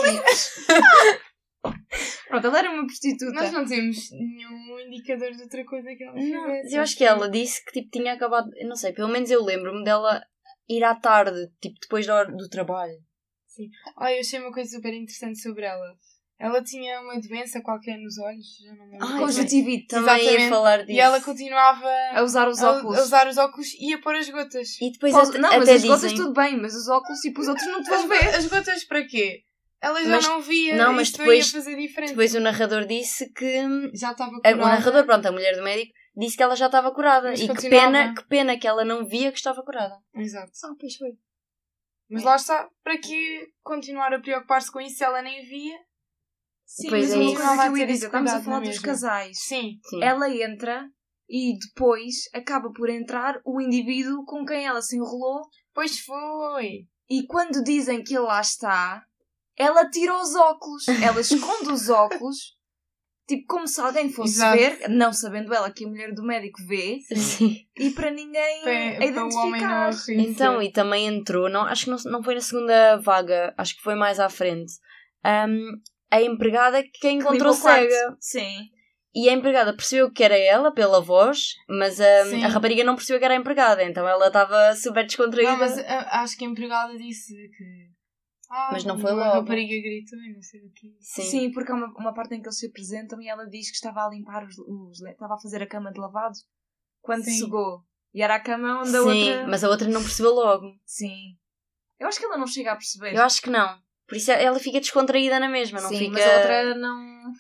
Pronto, ela era uma prostituta. Nós não temos nenhum indicador de outra coisa que ela Não, fizesse. mas eu acho que ela disse que tipo, tinha acabado. Eu não sei, pelo menos eu lembro-me dela ir à tarde, tipo, depois da hora do trabalho. Ah, eu achei uma coisa super interessante sobre ela. Ela tinha uma doença qualquer nos olhos, já não me lembro. Ai, Conjuntivite. Também ia falar disso. E ela continuava A usar os a, óculos. a usar os óculos e a pôr as gotas. E depois Pode- até, não, mas até as gotas dizem... tudo bem, mas os óculos, tipo, os outros não te vão As, ver. as gotas para quê? Ela já Mas- não via, não, mas isso depois- não ia fazer diferença. Depois o narrador disse que... Já estava a- curada. O narrador, pronto, a mulher do médico, disse que ela já estava curada. Mas e que continuava. pena, que pena que ela não via que estava curada. Exato. Ah, pois foi. Mas lá está, para que continuar a preocupar-se com isso se ela nem via? Sim, Pois mas é uma isso. coisa que eu ia Vai ter dizer, estamos a cuidado falar na dos mesma. casais. Sim. Sim. Ela entra e depois acaba por entrar o indivíduo com quem ela se enrolou Pois foi. e quando dizem que ele lá está, ela tira os óculos. Ela esconde os óculos, tipo como se alguém fosse Exato. ver, não sabendo ela que a mulher do médico vê, Sim. e para ninguém Para, a para o homem não identificar. a reconhecer. Então, e também entrou, não, acho que não, não foi na segunda vaga, acho que foi mais à frente, hum, a empregada que a Que encontrou limpa o quarto. cega. Sim. E a empregada percebeu que era ela pela voz, mas a, Sim. a rapariga não percebeu que era a empregada, então ela estava super descontraída. Não, mas a- acho que a empregada disse que... Ah, Mas não foi a logo. rapariga gritou e não sei o quê. Sim. Sim, porque há uma, uma parte em que eles se apresentam e ela diz que estava a limpar os, os estava a fazer a cama de lavado quando Sim. chegou. E era a cama onde a Sim, outra... mas a outra não percebeu logo. Sim. Eu acho que ela não chega a perceber. Eu acho que não. Por isso ela fica descontraída na mesma, não Sim, fica... mas a outra não...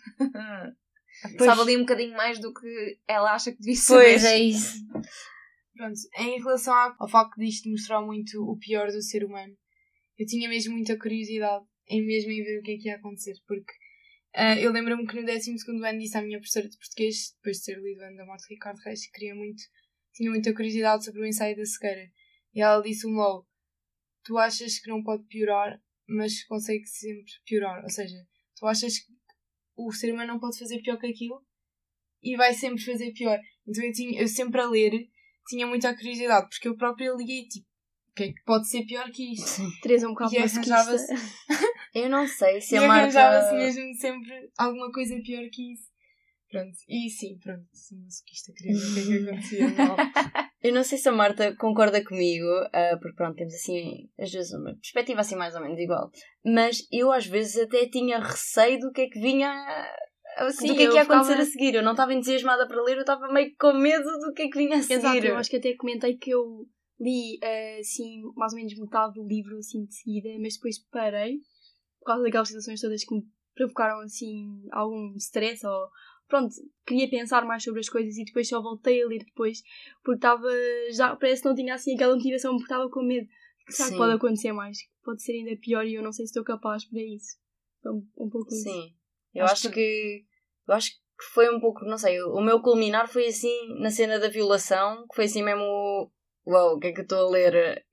Pois. Sabe ali um bocadinho mais do que ela acha que devia saber. Pois, é isso. Pronto, em relação ao ao facto disto mostrar muito o pior do ser humano, eu tinha mesmo muita curiosidade em mesmo em ver o que é que ia acontecer, porque ah, eu lembro-me que no décimo segundo ano disse à minha professora de português, depois de ter lido o ano da morte de Ricardo Reis, que queria muito, tinha muita curiosidade sobre o ensaio da cegueira. E ela disse-me logo, tu achas que não pode piorar, mas consegue sempre piorar. Ou seja, tu achas que o ser humano não pode fazer pior que aquilo e vai sempre fazer pior. Então eu, tinha, eu sempre a ler tinha muita curiosidade, porque eu própria liguei tipo, o que é que pode ser pior que isto? Teresa é um bocado E masoquista. arranjava-se Eu não sei se e a Marta... arranjava-se mesmo sempre alguma coisa pior que isso. Pronto, e sim, pronto, sou masoquista, queria ver o que é que acontecia mal. Eu não sei se a Marta concorda comigo, ah, porque pronto, temos assim, às vezes uma perspectiva assim mais ou menos igual. Mas eu às vezes até tinha receio do que é que vinha, Sim, do que é que eu ia acontecer ficava- a seguir. Eu não estava entusiasmada para ler, eu estava meio com medo do que é que vinha a seguir. Exato, eu acho que até comentei que eu li eh, assim, mais ou menos metade do livro assim de seguida, mas depois parei por causa daquelas situações todas que me provocaram assim algum stress ou pronto, queria pensar mais sobre as coisas e depois só voltei a ler depois porque estava já, parece que não tinha assim aquela motivação porque estava com medo que será que Sim. pode acontecer mais, pode ser ainda pior e eu não sei se estou capaz para isso. Então, um pouco isso. Sim, eu Acho acho, que... eu acho que foi um pouco, não sei, o meu culminar foi assim na cena da violação, que foi assim mesmo, uau, o que é que eu estou a ler?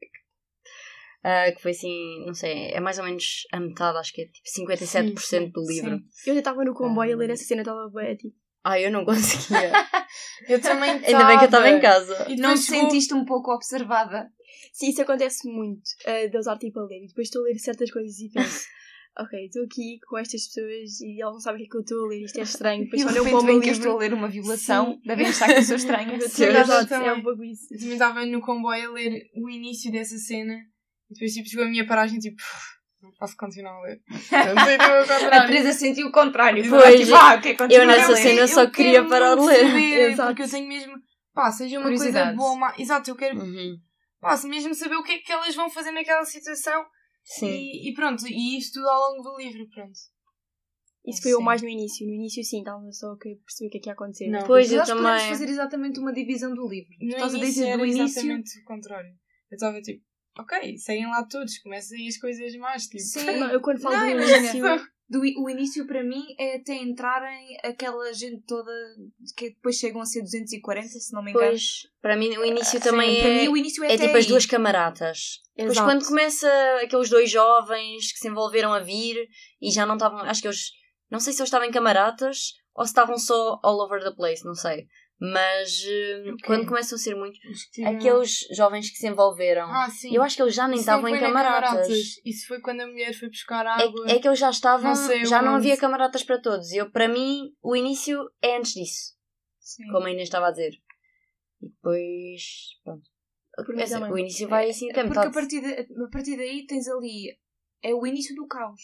Ah, que foi assim, não sei, é mais ou menos a metade, acho que é tipo cinquenta e sete por cento do livro. Sim. Eu já estava no comboio a ler Ah. essa cena, estava bem tipo, Ah, eu não conseguia. Eu também Ainda bem que eu estava em casa. E Não depois te chegou- sentiste um pouco observada? sim, isso acontece muito, uh, de eu usar tipo a ler e depois estou a ler certas coisas e penso ok, estou aqui com estas pessoas e elas não sabem o que é que eu estou a ler, isto é estranho. Depois E de quando eu repente vou ao veem meu que eu estou livro... a ler uma violação, Sim. devem achar que eu sou estranha. Sim, Eu já exato, também. é um pouco isso. Eu também estava no comboio a ler o início dessa cena e depois tipo, chegou a minha paragem tipo, não posso continuar a ler. Não sei tipo, ao A contrário. Teresa sentiu o contrário. Pois, Foi tipo, ah, ok, continua eu nessa a ler. cena só Eu queria quero parar de muito ler. saber, Exato. porque eu tenho mesmo, pá, seja uma coisa Curiosidade. boa ou má. Exato, eu quero, Uhum. pá, mesmo saber o que é que elas vão fazer naquela situação. Sim. E, e pronto, e isso tudo ao longo do livro, pronto. Isso foi eu Sim. mais no início. No início, sim, estava só a perceber o que é que ia acontecer. Não. Pois, Mas eu nós podemos também. fazer exatamente uma divisão do livro. No Estás a início dizer era do início. exatamente o contrário. Eu estava tipo, ok, seguem lá todos, comecem as coisas más, tipo. Sim. Não, eu quando falo Não, do imagina. início... Do, i- o início para mim é até entrarem aquela gente toda que depois chegam a ser duzentos e quarenta, se não me engano. Pois, para mim o início Sim, também para é, mim o início é, é até tipo as aí. duas camaradas. Depois Exato. quando começa aqueles dois jovens que se envolveram a vir e já não estavam, acho que eles, não sei se eles estavam em camaradas ou se estavam só all over the place, não sei. Mas eh, Ok. quando começam a ser muitos, Tiveram- aqueles jovens que se envolveram, Ah, sim. eu acho que eles já nem Isso estavam não em foi na camaradas. Isso foi quando a mulher foi buscar É, água. é que eles já estavam, Não sei já não onde. havia camaradas para todos. Eu, para mim, o início é antes disso, Sim. como a Inês estava a dizer. E depois, pronto. Por mim Quer dizer, também. o início vai assim até Porque a metade. partir, de- a partir daí tens ali. É o início do caos.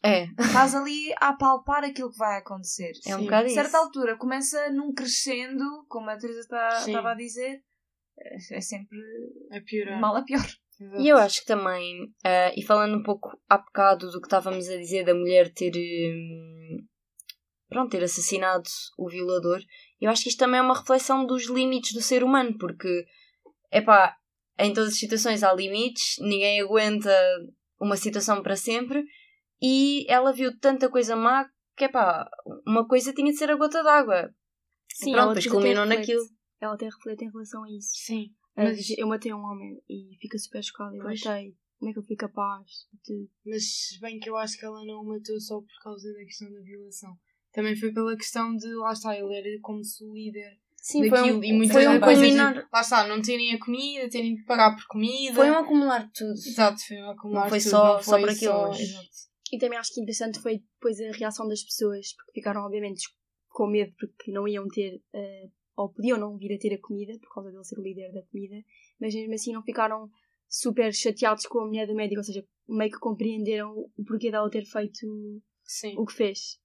É. Estás ali a palpar aquilo que vai acontecer. É um Sim. bocado A isso. certa altura começa num crescendo, como a Teresa Sim. estava a dizer, é é sempre A piorar. mal a pior. Exato. E eu acho que também, eh, e falando um pouco há bocado do que estávamos a dizer da mulher ter, hum, pronto, ter assassinado o violador, eu acho que isto também é uma reflexão dos limites do ser humano, porque, epá, em todas as situações há limites, ninguém aguenta uma situação para sempre, e ela viu tanta coisa má que, epá, uma coisa tinha de ser a gota d'água. Sim, E pronto, ela depois depois até culminou reflete- naquilo. Ela até reflete em relação a isso. Sim. Ela Mas, diz, eu matei um homem e fica super chocada. Eu Pois. matei. Como é que eu fui capaz de... mas se bem que eu acho que ela não o matou só por causa da questão da violação. Também foi pela questão de, lá está, ele era como se o líder Sim, foi daquilo. um, e muitas foi um coisas de- culminar. Lá está, não terem a comida, terem que pagar por comida. Foi um acumular de tudo. Exato, foi um acumular Não foi de tudo, só- não só foi por aquilo, só- mas- Exato. E também acho que interessante foi depois a reação das pessoas, porque ficaram obviamente com medo porque não iam ter, eh, ou podiam não vir a ter a comida, por causa dele ser o líder da comida, mas mesmo assim não ficaram super chateados com a mulher do médico, ou seja, meio que compreenderam o porquê dela ter feito Sim. o que fez.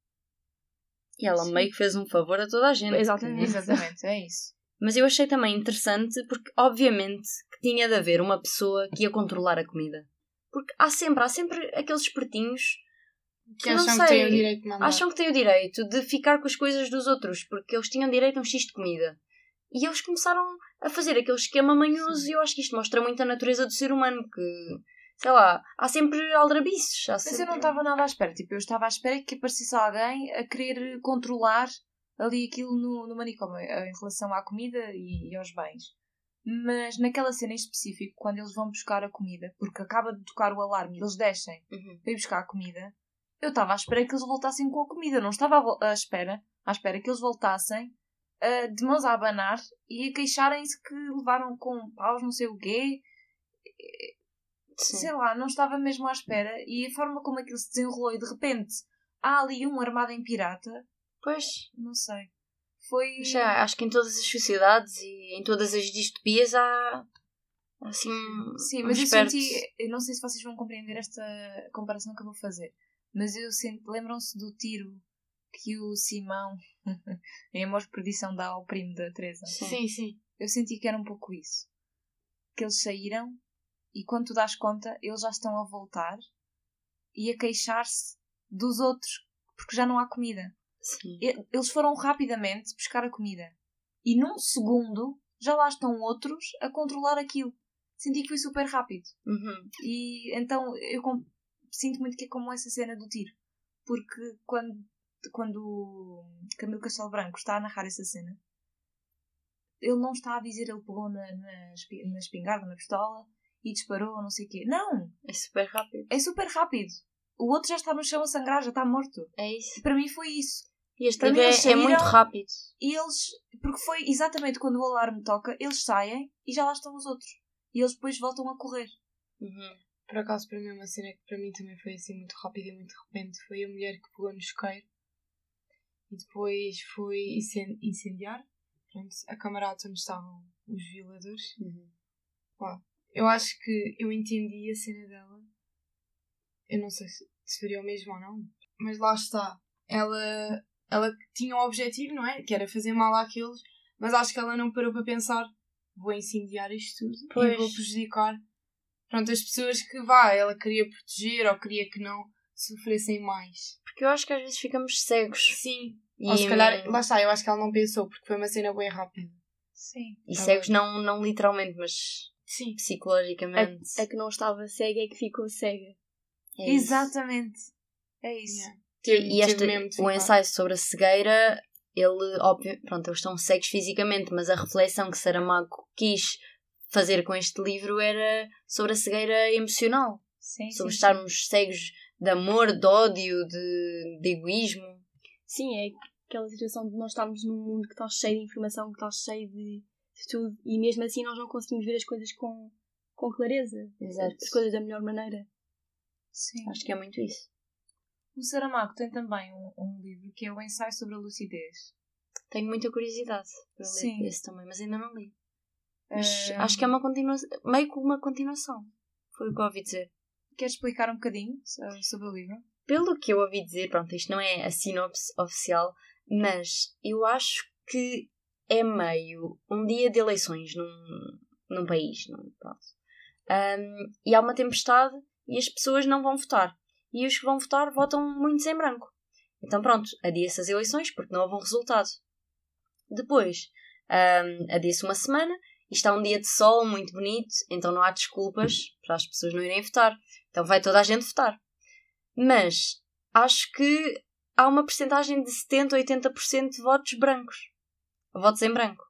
E ela Sim. meio que fez um favor a toda a gente. Exatamente. Exatamente, é isso. Mas eu achei também interessante porque, obviamente, que tinha de haver uma pessoa que ia controlar a comida. Porque há sempre, há sempre aqueles espertinhos Que que não acham sei, que têm o direito de mandar. acham que têm o direito de ficar com as coisas dos outros, porque eles tinham direito a um X de comida. E eles começaram a fazer aquele esquema manhoso e eu acho que isto mostra muito a natureza do ser humano, que, sei lá, há sempre aldrabices. Há Mas sempre... eu não estava nada à espera. Tipo, eu estava à espera que aparecesse alguém a querer controlar ali aquilo no, no manicômio, em relação à comida e, e aos bens. Mas naquela cena em específico, quando eles vão buscar a comida, porque acaba de tocar o alarme e eles descem Uhum. para ir buscar a comida, eu estava à espera que eles voltassem com a comida. Eu não estava à, vo- à espera, à espera que eles voltassem ah, de mãos a abanar e a queixarem-se que levaram com paus, não sei o quê. Sim. Sei lá, não estava mesmo à espera. E a forma como aquilo se desenrolou e de repente há ali um armado em pirata, Pois, não sei. Foi. já, acho que em todas as sociedades e em todas as distopias há, há assim, Sim, um mas eu esperto. senti. Eu não sei se vocês vão compreender esta comparação que eu vou fazer, mas eu senti. Lembram-se do tiro que o Simão, em Amor de Perdição, dá ao primo da Teresa? Sim, sim. Eu senti que era um pouco isso. Que eles saíram e quando tu dás conta, eles já estão a voltar e a queixar-se dos outros porque já não há comida. Sim. E- Eles foram rapidamente buscar a comida e num segundo já lá estão outros a controlar aquilo. Senti que foi super rápido. Uhum. E então eu com- sinto muito que é como essa cena do tiro. Porque quando, quando o Camilo Castelo Branco está a narrar essa cena, ele não está a dizer ele pegou na, na, espi- na espingarda, na pistola e disparou, não sei o quê. Não! É super rápido. É super rápido. O outro já está no chão a sangrar, já está morto. É isso. Para mim foi isso. E este Para livro mim, é, eles é muito saíram- rápido. E eles, porque foi exatamente quando o alarme toca, eles saem e já lá estão os outros. E eles depois voltam a correr. Uhum. Por acaso, para mim, uma cena que para mim também foi assim muito rápida e muito de repente foi a mulher que pegou no isqueiro e depois foi incen- incendiar pronto, a camarada onde estavam os violadores. Uhum. Pá, eu acho que eu entendi a cena dela. Eu não sei se, se faria o mesmo ou não, mas lá está. Ela, ela tinha um objetivo, não é? Que era fazer mal àqueles, mas acho que ela não parou para pensar: vou incendiar isto tudo Pois. e vou prejudicar pronto, as pessoas que vá, ela queria proteger ou queria que não sofressem mais. Porque eu acho que às vezes ficamos cegos. Sim. E, Ou se calhar, lá está, eu acho que ela não pensou, porque foi uma cena bem rápida. Sim. e Tá cegos bem. não, não literalmente, mas Sim. psicologicamente. A que não estava cega é que ficou cega. É isso. Exatamente. É isso. Yeah. E, Teve- e este, teve mesmo de o ficar. ensaio sobre a cegueira, ele, óbvio, pronto, eles estão cegos fisicamente, mas a reflexão que Saramago quis fazer com este livro era sobre a cegueira emocional. Sim, Sobre sim, estarmos cegos de amor, de ódio, de, de egoísmo. Sim, é aquela situação de nós estarmos num mundo que está cheio de informação, que está cheio de, de tudo, e mesmo assim nós não conseguimos ver as coisas com, com clareza. Exato. As coisas da melhor maneira. sim. Acho que é muito isso. O Saramago tem também um, um livro que é o Ensaio sobre a Lucidez. Tenho muita curiosidade para ler Sim. esse também, mas ainda não li. Mas Ah, acho que é uma continuação, meio que uma continuação. Foi o que eu ouvi dizer. Queres explicar um bocadinho so- sobre o livro? pelo que eu ouvi dizer, pronto, isto não é a sinopse oficial, mas eu acho que é meio um dia de eleições num, num país. Num, pronto. Um, e há uma tempestade e as pessoas não vão votar. E os que vão votar votam muitos em branco. Então pronto, adia-se as eleições porque não houve um resultado. Depois, um, adia-se uma semana e está um dia de sol muito bonito, então não há desculpas para as pessoas não irem votar. Então vai toda a gente votar. Mas acho que há uma percentagem de setenta a oitenta por cento de votos brancos. Votos em branco.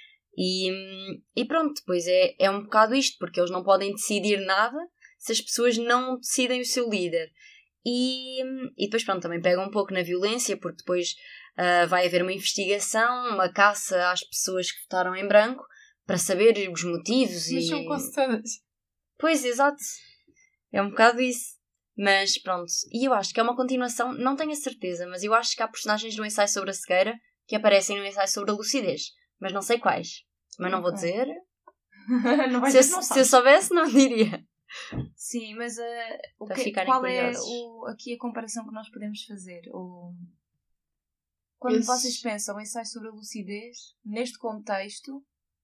E, e pronto, depois é, é um bocado isto, porque eles não podem decidir nada se as pessoas não decidem o seu líder. E, e depois pronto, também pega um pouco na violência, porque depois uh, vai haver uma investigação, uma caça às pessoas que votaram em branco, para saber os motivos. Mas e... são quase todas. Pois, exato. É um bocado isso. Mas pronto, e eu acho que é uma continuação, não tenho a certeza, mas eu acho que há personagens do ensaio sobre a cegueira que aparecem no ensaio sobre a lucidez, mas não sei quais. Mas não vou dizer. Não vai se, eu, dizer que não se eu sabes. soubesse, não diria. Sim, mas uh, o Para que, ficarem qual é curiosos. o, aqui a comparação que nós podemos fazer? O, quando Esses- vocês pensam em ensaio sobre a lucidez, neste contexto,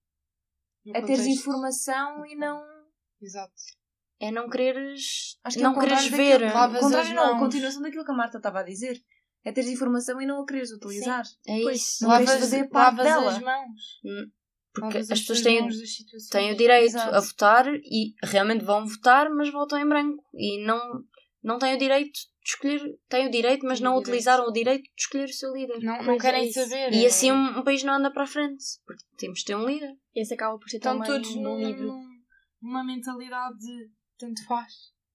No é teres contexto. informação e não... Exato. É não quereres, Acho que é não o quereres contrário ver. daquilo- Lavas o contrário as não, a mãos. continuação daquilo que a Marta estava a dizer. É teres informação e não a quereres utilizar. É Pois, isso. Não Lavas, queres fazer parte lavas dela. as mãos. Hum, Porque Lavas as pessoas tuas têm, mãos das situações. têm o direito Exato. a votar e realmente vão votar, mas votam em branco. E não, não têm o direito de escolher. Têm o direito, mas Têm o não direito. utilizaram o direito de escolher o seu líder. Não, não Pois querem é isso. saber. E é- assim um, um país não anda para a frente. Porque temos de ter um líder. Esse acaba por ser Estão também todos um bom num, livro. num- numa mentalidade de tanto faz.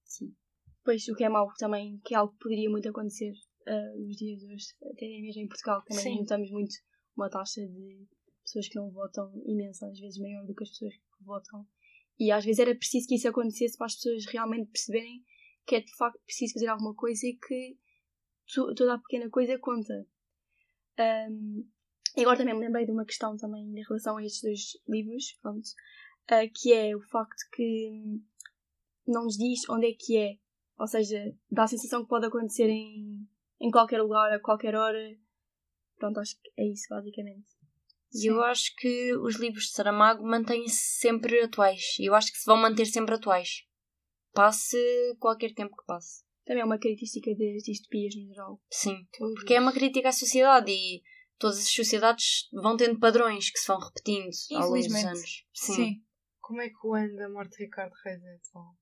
Pois, o que é mau também, que é algo que poderia muito acontecer ah, nos dias de hoje, até mesmo em Portugal, também Sim. notamos muito uma taxa de pessoas que não votam imensa, às vezes maior do que as pessoas que votam. E às vezes era preciso que isso acontecesse para as pessoas realmente perceberem que é de facto preciso fazer alguma coisa e que to- toda a pequena coisa conta. Ahm, e agora também me lembrei de uma questão também em relação a estes dois livros, pronto, ah, que é o facto que hum, não nos diz onde é que é. Ou seja, dá a sensação que pode acontecer em, em qualquer lugar, a qualquer hora. Pronto, acho que é isso, basicamente. E eu acho que os livros de Saramago mantêm-se sempre atuais. E eu acho que se vão manter sempre atuais. Passe qualquer tempo que passe. Também é uma característica das distopias no geral. Sim. Porque é uma crítica à sociedade e todas as sociedades vão tendo padrões que se vão repetindo ao longo dos Infelizmente. anos. Sim. Sim. Como é que o ano da morte de Ricardo Reis é atual?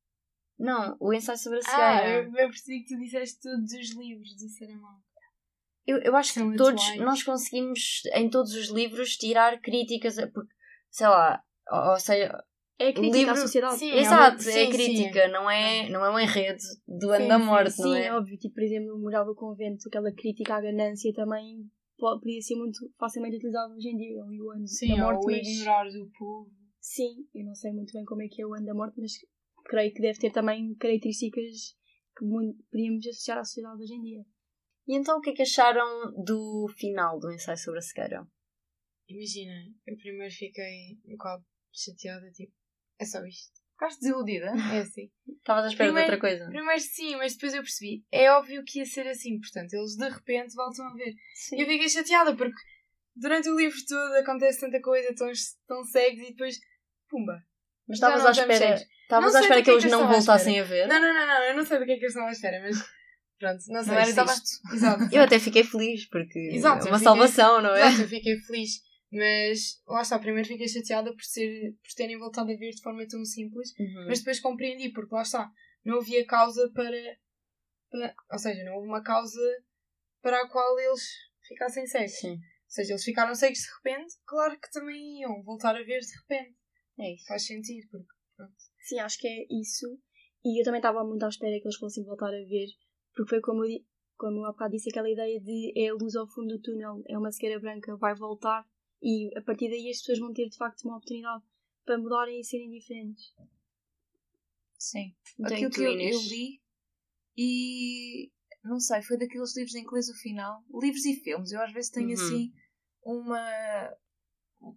Não, o ensaio sobre a Ah, cegueira. eu, eu percebi que tu disseste todos os livros de Saramago. Eu, eu acho que São todos atuais. nós conseguimos, em todos os livros, tirar críticas, a- porque, sei lá, ou, ou seja, É a crítica livro- à sociedade. Sim, exato, sim, é sim. crítica, não é, não é um enredo do ano Sim, da sim, morte, Sim, não é é? óbvio. Tipo, por exemplo, o Moral do Convento, aquela crítica à ganância também po- podia ser muito facilmente utilizada hoje em dia. Ou o ano Sim, da morte, ou mas... ignorar o povo. Sim, eu não sei muito bem como é que é o ano da morte, mas creio que deve ter também características que muito podíamos associar à sociedade hoje em dia. E então o que é que acharam do final do ensaio sobre a cegueira? Imagina, eu primeiro fiquei um bocado chateada, tipo, é só isto. Ficaste desiludida? É assim. Estavas à espera de Primeiro- outra coisa? Primeiro sim, mas depois eu percebi. É óbvio que ia ser assim, portanto, eles de repente voltam a ver. E eu fiquei chateada porque durante o livro todo acontece tanta coisa, tão, tão cegos e depois, pumba. Mas Já estavas não à estamos espera, cegos. estavas Não à sei espera do que que é eles que eu não estava à voltassem a ver? Não, não, não, não, eu não sei do que é que eles estão à espera, mas pronto, não sei. Não era estava... disto. Exato. Eu até fiquei feliz, porque Exato, é eu uma fiquei- salvação, não é? Exato, eu fiquei feliz. Mas lá está, primeiro fiquei chateada por, ser, por terem voltado a ver de forma tão simples, Uhum. mas depois compreendi, porque lá está, não havia causa para, para. Ou seja, não houve uma causa para a qual eles ficassem cegos. Sim, Ou seja, eles ficaram cegos de repente, claro que também iam voltar a ver de repente. é isso. Faz sentido, porque pronto. Sim, acho que é isso. E eu também estava muito à espera que eles fossem voltar a ver, porque foi como eu, di- como eu há bocado disse, aquela ideia de é a luz ao fundo do túnel, é uma cegueira branca, vai voltar, e a partir daí as pessoas vão ter de facto uma oportunidade para mudarem e serem diferentes. Sim. Então, Aquilo e tu, que eu, Inês? eu li e não sei, foi daqueles livros em inglês o final. Livros e filmes. Eu às vezes tenho Uhum. assim uma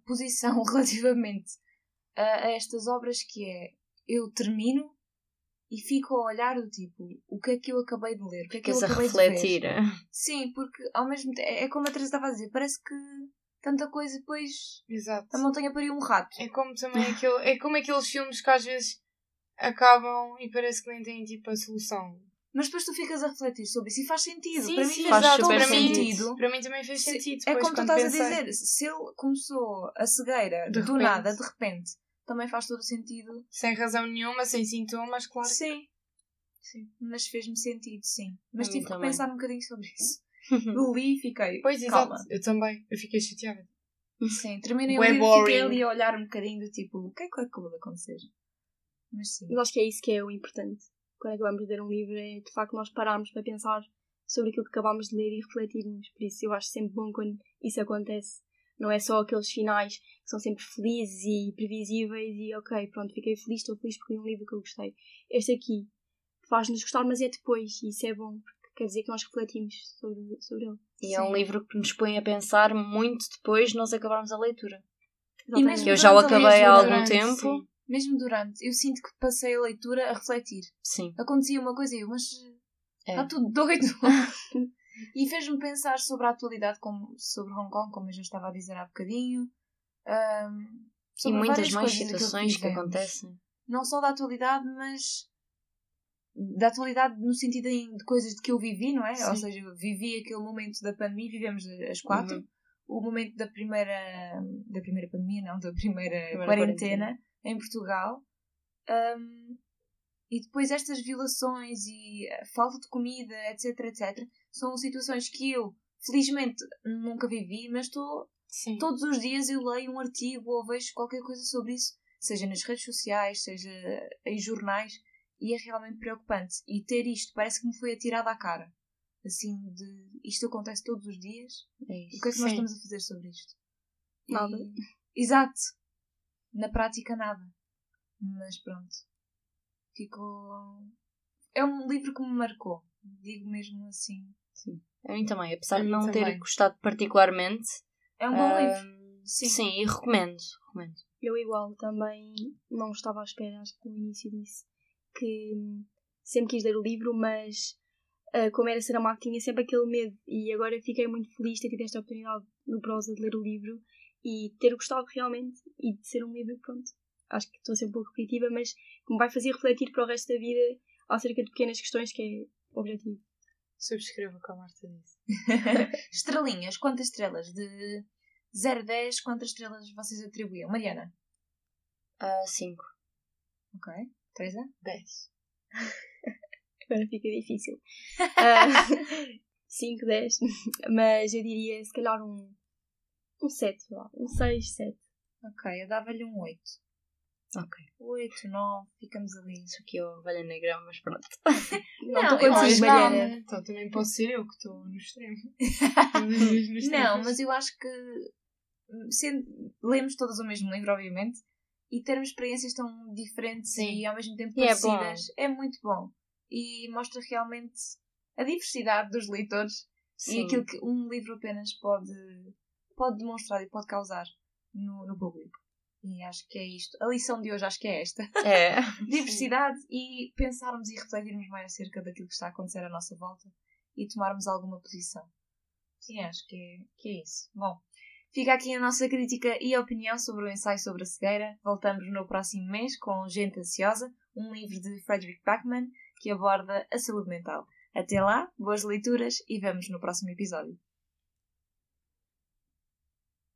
posição relativamente a, a estas obras que é eu termino e fico a olhar do tipo, o que é que eu acabei de ler? O que é que eu Ficas a acabei refletir. de ver? Sim, porque ao mesmo tempo, é como a Teresa estava a dizer, parece que tanta coisa depois Exato. a montanha pariu um rato. É como também aquele, é como aqueles filmes que às vezes acabam e parece que nem têm tipo a solução. Mas depois tu ficas a refletir sobre isso e faz sentido. Sim, para sim, mim faz faz super todo sentido. sentido. Para mim também fez Se- sentido. É Depois, como tu quando estás a pensei. dizer, se ele começou a cegueira De do repente. nada, de repente, também faz todo sentido. Sem razão nenhuma, sem sintomas, claro. Sim. Sim. Mas fez-me sentido, sim. Mas A mim tive que também. pensar um bocadinho sobre isso. Eu li e fiquei. Pois, calma. exato. Eu também. Eu fiquei chateada. Sim, terminei o Bué livro e fiquei boring. ali a olhar um bocadinho do tipo, o que é que acabou de acontecer? Mas sim. Mas acho que é isso que é o importante. Quando acabamos de ler um livro é de facto nós pararmos para pensar sobre aquilo que acabámos de ler e refletirmos. Por isso eu acho sempre bom quando isso acontece. Não é só aqueles finais que são sempre felizes e previsíveis e ok, pronto, fiquei feliz, estou feliz porque li um livro que eu gostei. Este aqui faz-nos gostar, mas é depois e isso é bom porque quer dizer que nós refletimos sobre, sobre ele. E é um livro que nos põe a pensar muito depois de nós acabarmos a leitura. E mesmo Que eu já o durante a acabei há leitura, algum durante, tempo. sim. Mesmo durante, eu sinto que passei a leitura a refletir. Sim. Acontecia uma coisa e eu, mas É. está tudo doido. E fez-me pensar sobre a atualidade, como, sobre Hong Kong, como eu já estava a dizer há bocadinho. ahm, E sobre muitas várias mais coisas daquilo situações que vivemos. acontecem. Não só da atualidade, mas da atualidade no sentido em- de coisas de que eu vivi, não é? Sim. Ou seja, eu vivi aquele momento da pandemia, vivemos as quatro. Uhum. O momento da primeira, da primeira pandemia, não, da primeira, Primeira quarentena, quarentena. em Portugal. Ahm, e depois estas violações e a falta de comida, etc, etcétera, são situações que eu, felizmente, nunca vivi, mas estou Sim. todos os dias eu leio um artigo ou vejo qualquer coisa sobre isso, seja nas redes sociais, seja em jornais, e é realmente preocupante. E ter isto parece que me foi atirado à cara. Assim, de isto acontece todos os dias. É O isso. que é que nós Sim. estamos a fazer sobre isto? E- Nada. Exato. Na prática, nada. Mas pronto. Ficou... É um livro que me marcou. Digo mesmo assim. A mim também. Apesar A de mim não ter também. gostado particularmente. É um bom ah, livro. Sim. Sim. e recomendo. recomendo. Eu igual também não estava à espera, acho que no início disse que hum, sempre quis ler o livro, mas ah, como era Saramago tinha sempre aquele medo e agora fiquei muito feliz de ter tido esta oportunidade no prosa de ler o livro e ter gostado realmente e de ser um livro, pronto, acho que estou a ser um pouco repetitiva, mas que me vai fazer refletir para o resto da vida acerca de pequenas questões que é o objetivo. Subscrevo o que a Marta disse. Estrelinhas. Quantas estrelas? De zero a dez, quantas estrelas vocês atribuíam? Mariana? Ah, cinco. Ok. Teresa? dez. Agora fica difícil. cinco, dez, mas eu diria se calhar um um sete, um seis, sete. Ok, eu dava-lhe um oito. Ok. oito, nove, ficamos ali. Isso aqui é o ovelha negra, mas pronto. Não, Não, estou eu contigo, acho Mariana. Então também posso ser eu que estou no extremo. Não, mas eu acho que sendo, lemos todas o mesmo livro, obviamente, e termos experiências tão diferentes Sim. e ao mesmo tempo E é parecidas é, muito bom. E mostra realmente a diversidade dos leitores e Sim. aquilo que um livro apenas pode, pode demonstrar e pode causar no, no público. E acho que é isto. A lição de hoje acho que é esta. É. Diversidade e pensarmos e refletirmos mais acerca daquilo que está a acontecer à nossa volta e tomarmos alguma posição. Sim, acho que é, que é isso. Bom, fica aqui a nossa crítica e opinião sobre o ensaio sobre a cegueira. Voltamos no próximo mês com Gente Ansiosa, um livro de Frederick Backman que aborda a saúde mental. Até lá, boas leituras e vemos no próximo episódio.